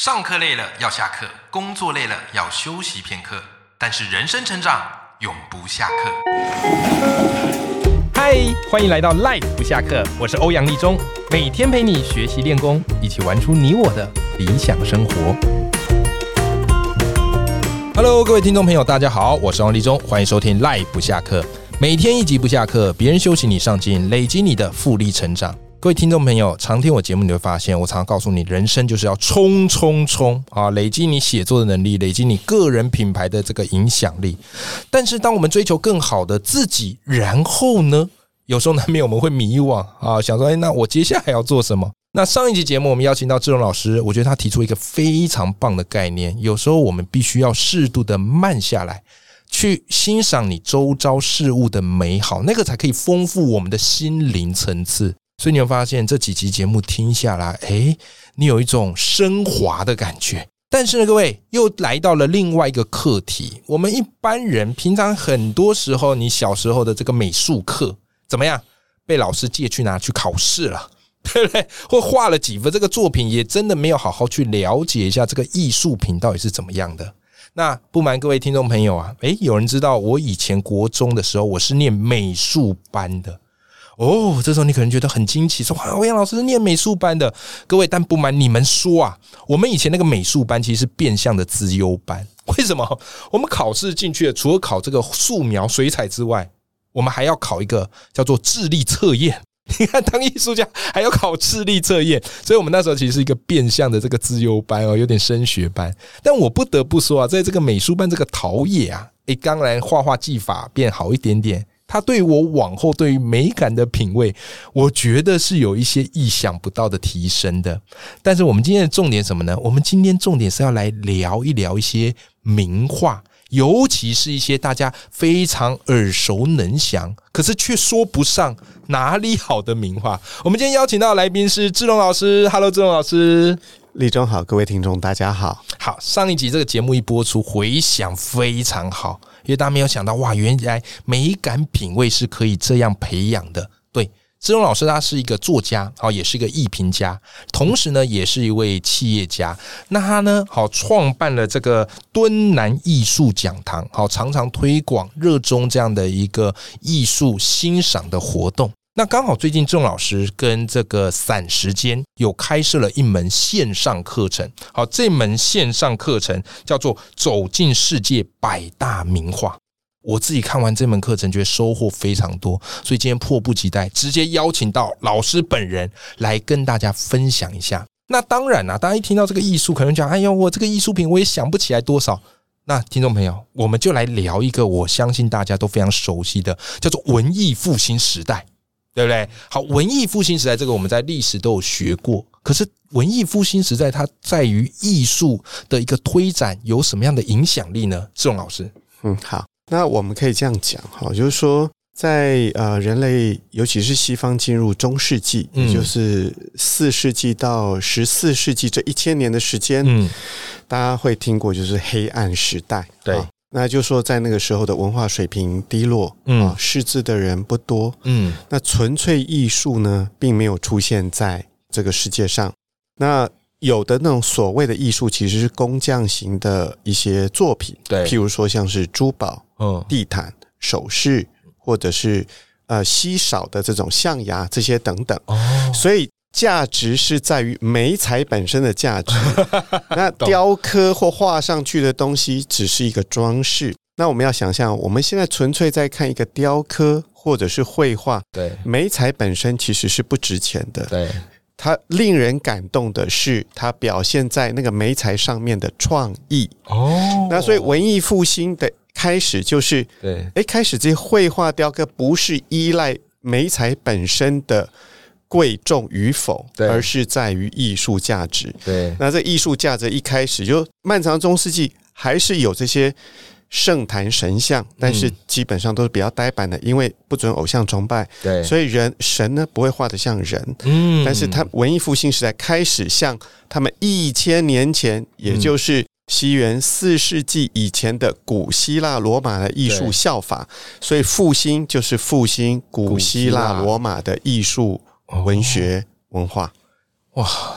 上课累了要下课，工作累了要休息片刻，但是人生成长永不下课。嗨，欢迎来到 Life 不下课，我是欧阳立中，每天陪你学习练功，一起玩出你我的理想生活。Hello， 各位听众朋友，大家好，我是欧阳立中，欢迎收听 Life 不下课，每天一集不下课，别人休息你上进，累积你的复利成长。各位听众朋友，常听我节目你会发现，我常常告诉你，人生就是要冲啊，累积你写作的能力，累积你个人品牌的这个影响力。但是当我们追求更好的自己，然后呢，有时候难免我们会迷惘啊，想说，那我接下来要做什么？那上一集节目我们邀请到志荣老师，我觉得他提出一个非常棒的概念，有时候我们必须要适度的慢下来，去欣赏你周遭事物的美好，那个才可以丰富我们的心灵层次。所以你会发现这几集节目听下来，你有一种升华的感觉。但是呢，各位又来到了另外一个课题。我们一般人平常很多时候，你小时候的这个美术课怎么样？被老师借去拿去考试了，对不对？或画了几幅这个作品，也真的没有好好去了解一下这个艺术品到底是怎么样的。那不瞒各位听众朋友啊，有人知道我以前国中的时候，我是念美术班的。这时候你可能觉得很惊奇，说哇，欧阳老师是念美术班的。各位，但不瞒你们说啊，我们以前那个美术班其实是变相的资优班。为什么？我们考试进去了，除了考这个素描、水彩之外，我们还要考一个叫做智力测验。你看，当艺术家还要考智力测验，所以我们那时候其实是一个变相的这个资优班有点升学班。但我不得不说啊，在这个美术班这个陶冶啊，当然画画技法变好一点点。他对我往后对于美感的品味，我觉得是有一些意想不到的提升的。但是我们今天的重点什么呢？我们今天重点是要来聊一聊一些名画，尤其是一些大家非常耳熟能详，可是却说不上哪里好的名画。我们今天邀请到的来宾是志荣老师。 Hello， 志荣老师。 立中好，各位听众大家好。 好，上一集这个节目一播出，回响非常好，因为大家没有想到，哇，原来美感品味是可以这样培养的。对，志荣老师他是一个作家，也是一个艺评家，同时呢也是一位企业家。那他呢创办了这个敦南艺术讲堂，常常推广热衷这样的一个艺术欣赏的活动。那刚好最近郑老师跟这个散时间有开设了一门线上课程，这门线上课程叫做走进世界百大名画。我自己看完这门课程觉得收获非常多，所以今天迫不及待直接邀请到老师本人来跟大家分享一下。那当然大家一听到这个艺术可能讲，我这个艺术品我也想不起来多少。那听众朋友，我们就来聊一个我相信大家都非常熟悉的，叫做文艺复兴时代，对不对？好，文艺复兴时代这个我们在历史都有学过，可是文艺复兴时代它在于艺术的一个推展有什么样的影响力呢？志荣老师。 好，那我们可以这样讲，就是说在人类尤其是西方进入中世纪，也就是4世纪到14世纪这1000年的时间，大家会听过就是黑暗时代。对，那就说在那个时候的文化水平低落，识字的人不多，那纯粹艺术呢并没有出现在这个世界上。那有的那种所谓的艺术其实是工匠型的一些作品，对，譬如说像是珠宝、地毯、首饰，或者是稀少的这种象牙这些等等，所以价值是在于媒材本身的价值。那雕刻或画上去的东西只是一个装饰。那我们要想象，我们现在纯粹在看一个雕刻或者是绘画，对，媒材本身其实是不值钱的。对，它令人感动的是它表现在那个媒材上面的创意。那所以文艺复兴的开始就是开始这些绘画雕刻不是依赖媒材本身的贵重与否，而是在于艺术价值。对，那这艺术价值一开始就漫长中世纪还是有这些圣坛神像，但是基本上都是比较呆板的，因为不准偶像崇拜，对，所以神呢不会画得像人。但是他文艺复兴时代开始像他们1000年前，也就是西元4世纪以前的古希腊罗马的艺术效法，所以复兴就是复兴古希腊罗马的艺术文学文化。 哇，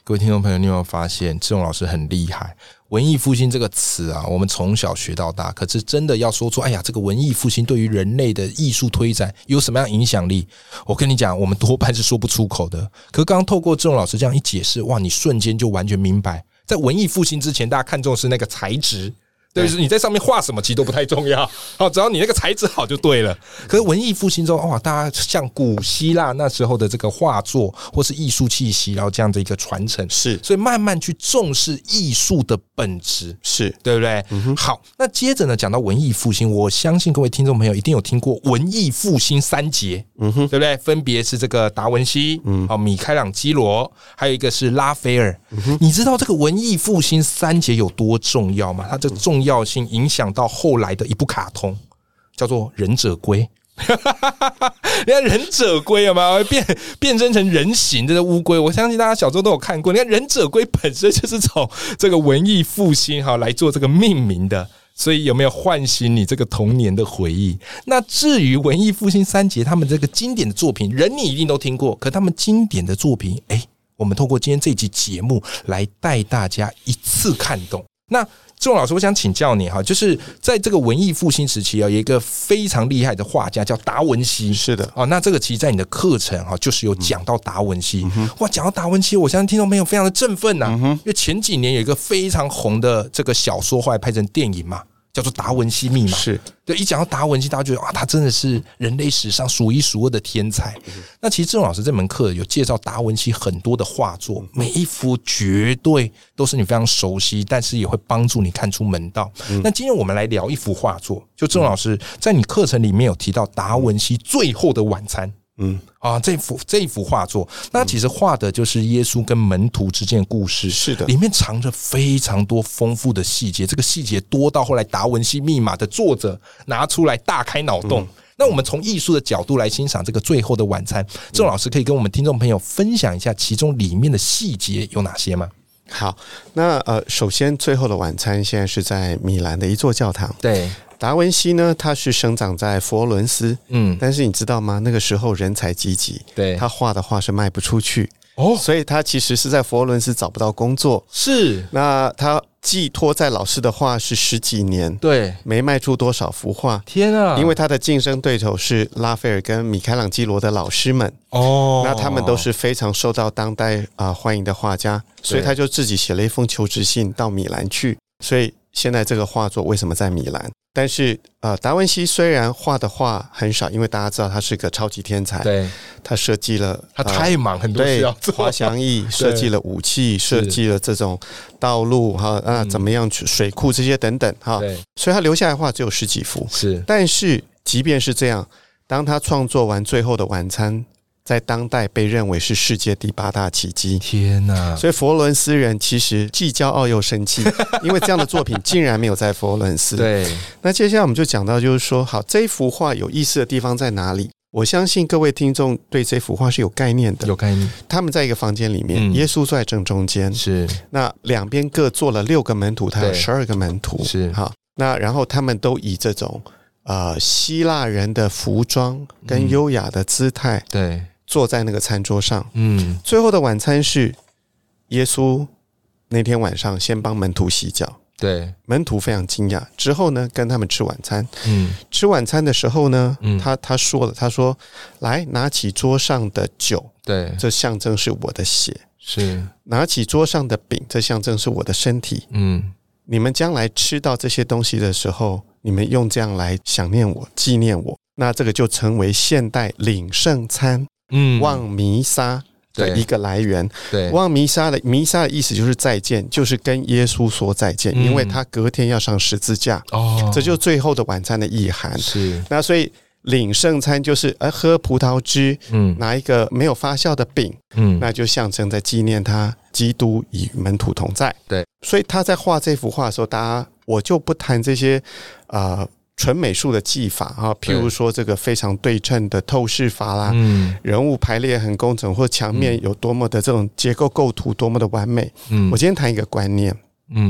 各位听众朋友，你有没有发现志荣老师很厉害？文艺复兴这个词啊，我们从小学到大，可是真的要说出，哎呀，这个文艺复兴对于人类的艺术推展有什么样影响力？我跟你讲，我们多半是说不出口的。可是刚刚透过志荣老师这样一解释，哇，你瞬间就完全明白，在文艺复兴之前，大家看重的是那个材质。对，你在上面画什么其实都不太重要，好，只要你那个材质好就对了。可是文艺复兴中，哇，大家像古希腊那时候的这个画作或是艺术气息，然后这样的一个传承， 是， 所以慢慢去重视艺术的本质， 是对不对？好，那接着呢，讲到文艺复兴，我相信各位听众朋友一定有听过文艺复兴三杰，对不对？分别是这个达文西，米开朗基罗，还有一个是拉斐尔。你知道这个文艺复兴三杰有多重要吗？它这个重要性影响到后来的一部卡通，叫做《忍者龟》。你看忍者龟有没有变身成人形的乌龟？我相信大家小时候都有看过。你看忍者龟本身就是从这个文艺复兴来做这个命名的，所以有没有唤醒你这个童年的回忆？那至于文艺复兴三杰他们这个经典的作品，人你一定都听过，可他们经典的作品，我们透过今天这集节目来带大家一次看懂。那志荣老师，我想请教你哈，就是在这个文艺复兴时期有一个非常厉害的画家叫达文西， 是的那这个其实在你的课程就是有讲到达文西，哇，讲到达文西，我相信听众朋友非常的振奋呐，因为前几年有一个非常红的这个小说，后来拍成电影嘛，叫做《达文西密码》。 是， 对，一讲到达文西，大家觉得他真的是人类史上数一数二的天才。那其实志荣老师这门课有介绍达文西很多的画作，每一幅绝对都是你非常熟悉，但是也会帮助你看出门道。那今天我们来聊一幅画作，就志荣老师在你课程里面有提到达文西《最后的晚餐》。这一幅画作，那其实画的就是耶稣跟门徒之间的故事， 是的， 里面藏着非常多丰富的细节，这个细节多到后来达文西密码的作者拿出来大开脑洞。那我们从艺术的角度来欣赏这个最后的晚餐，郑老师可以跟我们听众朋友分享一下其中里面的细节有哪些吗？ 好，那首先最后的晚餐现在是在米兰的一座教堂， 对。 达文西呢，他是生长在佛罗伦斯，但是你知道吗？那个时候人才济济，对，他画的画是卖不出去，所以他其实是在佛罗伦斯找不到工作，是。那他寄托在老师的画是10几年，对，没卖出多少幅画，天啊！因为他的竞争对手是拉斐尔跟米开朗基罗的老师们，那他们都是非常受到当代欢迎的画家，所以他就自己写了一封求职信到米兰去，所以现在这个画作为什么在米兰？但是达文西虽然画的画很少，因为大家知道他是个超级天才，对，他设计了他太忙，很多事要做， 滑翔翼，设计了武器，设计了这种道路怎么样去水库这些等等所以他留下来的画只有10几幅，是。但是即便是这样，当他创作完《最后的晚餐》，在当代被认为是世界第8大奇迹，天哪！所以佛罗伦斯人其实既骄傲又生气，因为这样的作品竟然没有在佛罗伦斯。对，那接下来我们就讲到，就是说，好，这一幅画有意思的地方在哪里？我相信各位听众对这幅画是有概念的，有概念。他们在一个房间里面，耶稣坐在正中间，是。那两边各坐了6个门徒，他有12个门徒，是。好，那然后他们都以这种希腊人的服装跟优雅的姿态，对。坐在那个餐桌上，最后的晚餐是耶稣那天晚上先帮门徒洗脚，对，门徒非常惊讶，之后呢跟他们吃晚餐，吃晚餐的时候呢，他说来拿起桌上的酒，对，这象征是我的血，是拿起桌上的饼，这象征是我的身体，你们将来吃到这些东西的时候，你们用这样来想念我，纪念我，那这个就成为现代领圣餐。望弥撒的一个来源，对，望弥撒的意思就是再见，就是跟耶稣说再见，因为他隔天要上十字架，这就是最后的晚餐的意涵。是，那所以领圣餐就是喝葡萄汁，拿一个没有发酵的饼，那就象征在纪念他基督与门徒同在。对，所以他在画这幅画的时候，我就不谈这些纯美术的技法譬如说这个非常对称的透视法啦，人物排列很工整，或墙面有多么的这种结构构图多么的完美。我今天谈一个观念，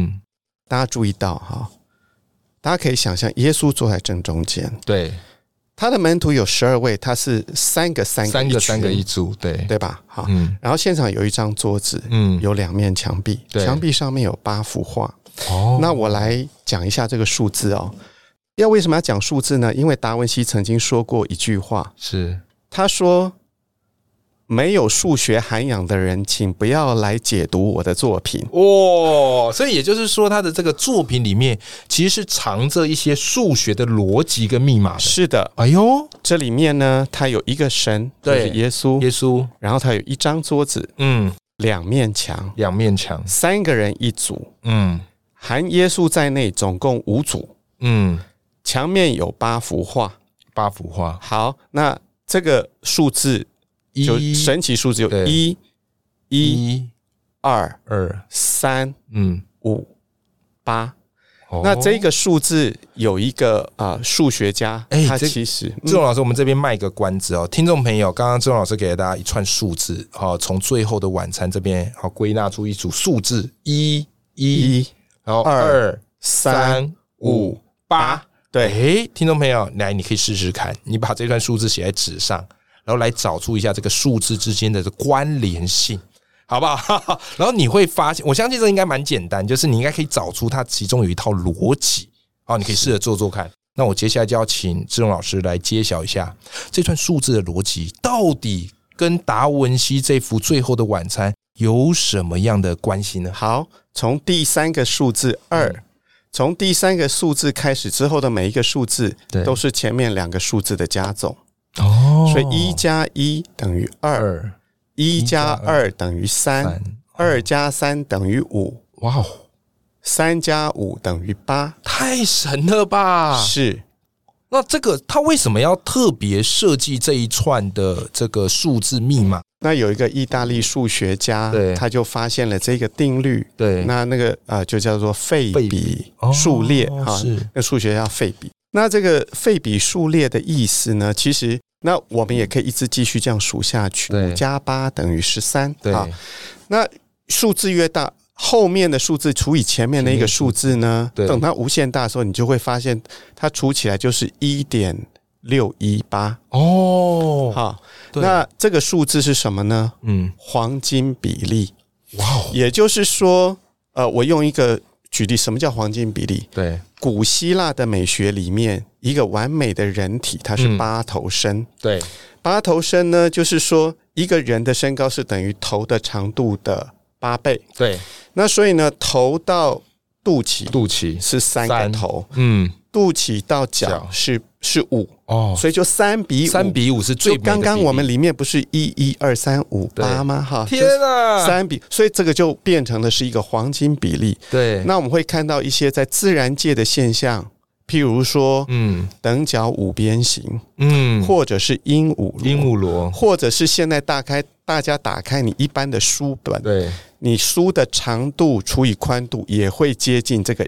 大家注意到大家可以想象耶稣坐在正中间，对， 他的门徒有12位，他是三个一组， 对吧？好，然后现场有一张桌子，有2面墙壁，墙壁上面有8幅画。那我来讲一下这个数字哦。为什么要讲数字呢？因为达文西曾经说过一句话， 是他说：“没有数学涵养的人，请不要来解读我的作品。” 所以也就是说，他的这个作品里面其实是藏着一些数学的逻辑跟密码的。 是的， 哎呦， 这里面呢，它有一个神，就是耶稣，然后它有一张桌子，2面墙，3个人一组，含耶稣在内，总共5组，墙面有8幅画。好，那这个数字就神奇数字有1、2、3、5、8。那这个数字有一个数学家，他其实志荣老师，我们这边卖个关子哦，听众朋友，刚刚志荣老师给了大家一串数字，从最后的晚餐这边归纳出一组数字1、然后2、3、5、8。对，听众朋友，来，你可以试试看，你把这段数字写在纸上，然后来找出一下这个数字之间的关联性，好不好？然后你会发现，我相信这应该蛮简单，就是你应该可以找出它其中有一套逻辑。好，你可以试着做做看。那我接下来就要请志荣老师来揭晓一下这串数字的逻辑到底跟达文西这幅《最后的晚餐》有什么样的关系呢？ 好，从第3个数字2。从第3个数字开始之后的每一个数字都是前面2个数字的加总。所以1加1等于2， 1加2等于3， 2加3等于5，哇哦，3加5等于8， 太神了吧！ 是。 那这个他为什么要特别设计这一串的这个数字密码？ 那有一个意大利数学家，他就发现了这个定律。对，那个就叫做费比数列那数学家费比。那这个费比数列的意思呢，其实那我们也可以一直继续这样数下去，5加8等于13。对，那数字越大，后面的数字除以前面的一个数字呢，等它无限大的时候，你就会发现它除起来就是 1.618。好，那这个数字是什么呢？黄金比例。哇，也就是说，我用一个举例，什么叫黄金比例？对，古希腊的美学里面，一个完美的人体，它是8头身。对，8头身呢，就是说一个人的身高是等于头的长度的8倍。对，那所以呢，头到肚脐是3个头，肚脐到脚是5，所以就3比5是最美的比例。就刚刚我们里面不是1、1、2、3、5、8吗？哈，天啊，3比，所以这个就变成了是一个黄金比例。对，那我们会看到一些在自然界的现象，譬如说，等角5边形，或者是鹦鹉螺，或者是现在大家打开你一般的书本，对，你书的长度除以宽度也会接近这个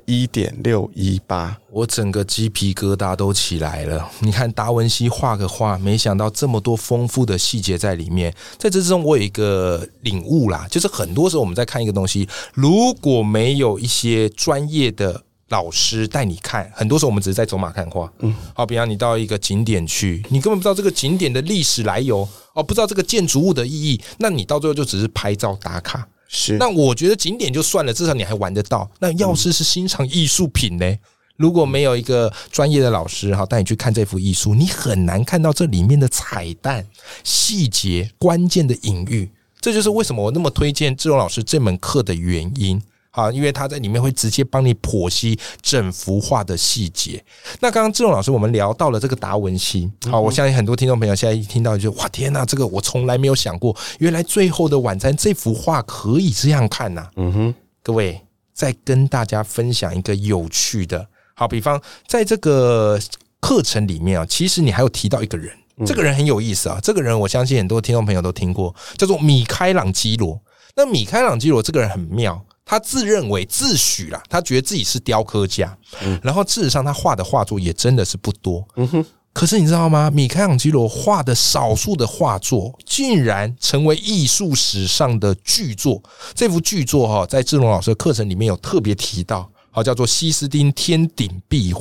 1.618。 我整个鸡皮疙瘩都起来了。你看达文西画个画，没想到这么多丰富的细节在里面。在这之中我有一个领悟啦，就是很多时候我们在看一个东西，如果没有一些专业的老师带你看，很多时候我们只是在走马看花。好，比方你到一个景点去，你根本不知道这个景点的历史来由，不知道这个建筑物的意义，那你到最后就只是拍照打卡。是，那我觉得景点就算了，至少你还玩得到。那要是欣赏艺术品呢？如果没有一个专业的老师带你去看这幅艺术，你很难看到这里面的彩蛋、细节、关键的隐喻。这就是为什么我那么推荐志荣老师这门课的原因。因为他在里面会直接帮你剖析整幅画的细节。那刚刚志荣老师我们聊到了这个达文西，我相信很多听众朋友现在一听到就哇天哪，这个我从来没有想过，原来最后的晚餐这幅画可以这样看啊。各位再跟大家分享一个有趣的，好，比方在这个课程里面其实你还有提到一个人，这个人很有意思啊，这个人我相信很多听众朋友都听过，叫做米开朗基罗。那米开朗基罗这个人很妙，他自诩啦，他觉得自己是雕刻家，然后事实上他画的画作也真的是不多。可是你知道吗？米开朗基罗画的少数的画作，竟然成为艺术史上的巨作。这幅巨作在志荣老师的课程里面有特别提到，叫做西斯丁天顶壁画。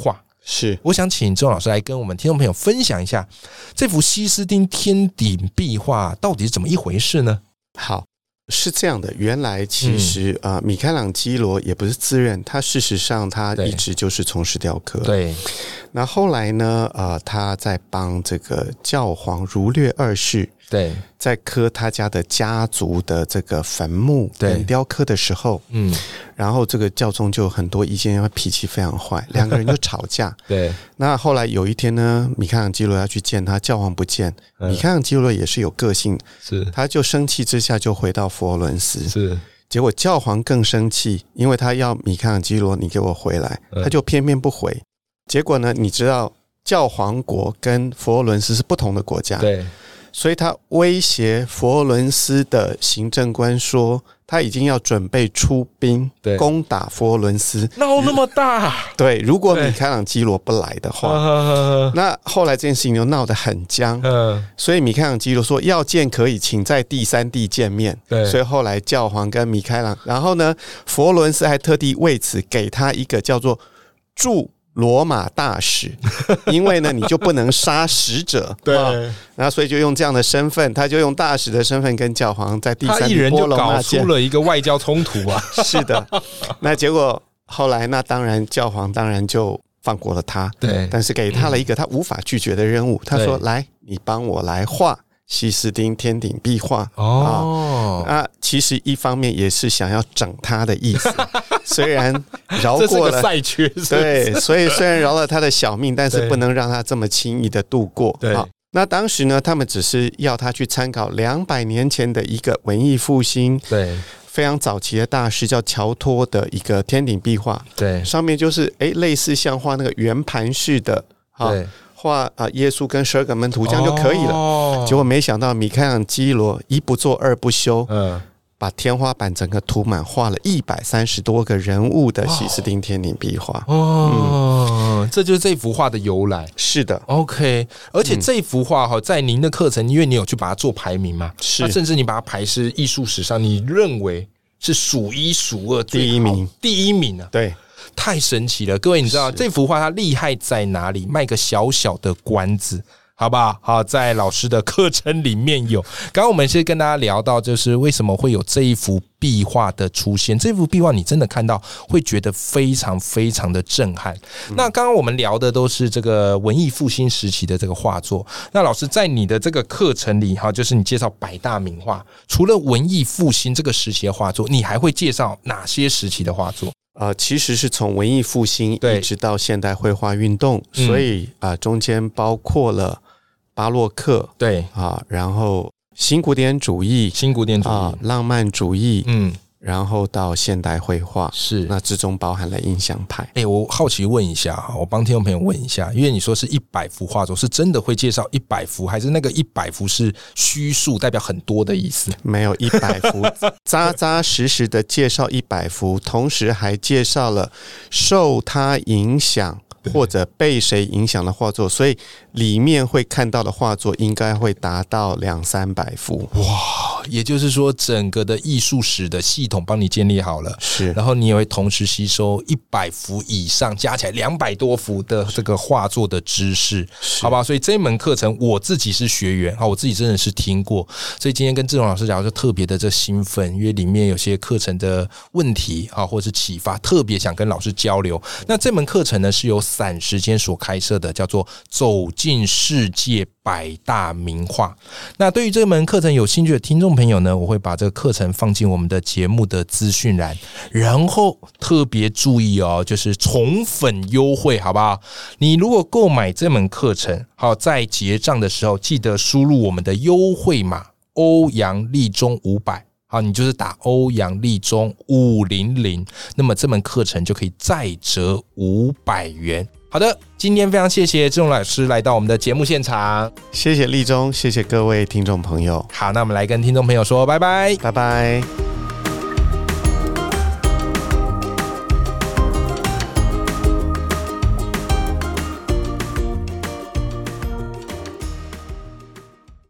是， 我想请郑老师来跟我们听众朋友分享一下这幅西斯丁天顶壁画到底是怎么一回事呢？ 好，是这样的，原来其实米开朗基罗也不是自认，他事实上他一直就是从事雕刻。 对。 那后来呢，他在帮这个教皇儒略二世对在刻他家的家族的这个坟墓跟雕刻的时候，然后这个教宗就很多意见，因为脾气非常坏，两个人就吵架。 对。 那后来有一天呢，米开朗基罗要去见他，教皇不见，米开朗基罗也是有个性， 是， 他就生气之下就回到佛罗伦斯。 是。 结果教皇更生气，因为他要米开朗基罗你给我回来，他就偏偏不回。结果呢，你知道教皇国跟佛罗伦斯是不同的国家， 对， 所以他威胁佛罗伦斯的行政官说，他已经要准备出兵攻打佛罗伦斯， 闹那么大。 对，如果米开朗基罗不来的话，那后来这件事情就闹得很僵。所以米开朗基罗说要见可以，请在第三地见面。所以后来教皇跟米开朗，然后呢，佛罗伦斯还特地为此给他一个叫做驻罗马大使，因为呢你就不能杀使者，对，然后所以就用这样的身份，他就用大使的身份跟教皇在第三地波隆那见， 他一人就搞出了一个外交冲突啊。 是的，那结果后来那当然教皇当然就放过了他，对，但是给他了一个他无法拒绝的任务，他说来，你帮我来画西斯丁天顶壁画。其实一方面也是想要整他的意思，虽然饶过了，这是个赛缺， 对，所以虽然饶了他的小命，但是不能让他这么轻易的度过。对，那当时呢，他们只是要他去参考200年前的一个文艺复兴，对，非常早期的大师叫乔托的一个天顶壁画，对，上面就是类似像画那个圆盘式的，对。画耶稣跟12个门徒这样就可以了，结果没想到米开朗基罗一不做二不休，把天花板整个涂满，画了130多个人物的西斯丁天顶壁画。 这就是这幅画的由来。 是的 ，OK。而且这幅画在您的课程，因为你有去把它做排名嘛，是，甚至你把它排是艺术史上你认为是数1数2第一名啊，对。太神奇了，各位，你知道这幅画它厉害在哪里？卖个小小的关子，好不好？好，在老师的课程里面有。刚刚我们是跟大家聊到，就是为什么会有这一幅壁画的出现。这幅壁画你真的看到会觉得非常非常的震撼。那刚刚我们聊的都是这个文艺复兴时期的这个画作。那老师在你的这个课程里，就是你介绍100大名画，除了文艺复兴这个时期的画作，你还会介绍哪些时期的画作？ 其实是从文艺复兴一直到现代绘画运动，所以中间包括了巴洛克，对然后新古典主义、浪漫主义，然后到现代绘画，是那之中包含了印象派。 我好奇问一下，我帮听众朋友问一下，因为你说是100幅画作，是真的会介绍100幅，还是那个100幅是虚数，代表很多的意思？ 没有，100幅扎扎实实的介绍100幅，同时还介绍了受他影响或者被谁影响的画作，所以里面会看到的画作应该会达到200-300幅。 哇，也就是说整个的艺术史的系统帮你建立好了，是，然后你也会同时吸收100幅以上，加起来200多幅的这个画作的知识，好吧？所以这门课程我自己是学员，我自己真的是听过，所以今天跟志荣老师聊就特别的这兴奋，因为里面有些课程的问题或者是启发，特别想跟老师交流。那这门课程呢是由散时间所开设的，叫做走进世界100大名画。那对于这门课程有兴趣的听众朋友呢，我会把这个课程放进我们的节目的资讯栏，然后特别注意就是宠粉优惠，好不好？你如果购买这门课程，在结账的时候记得输入我们的优惠码欧阳立中500，好，你就是打欧阳立中500，那么这门课程就可以再折500元。好的，今天非常谢谢志荣老师来到我们的节目现场， 谢谢立中，谢谢各位听众朋友。 好，那我们来跟听众朋友说拜拜， 拜拜。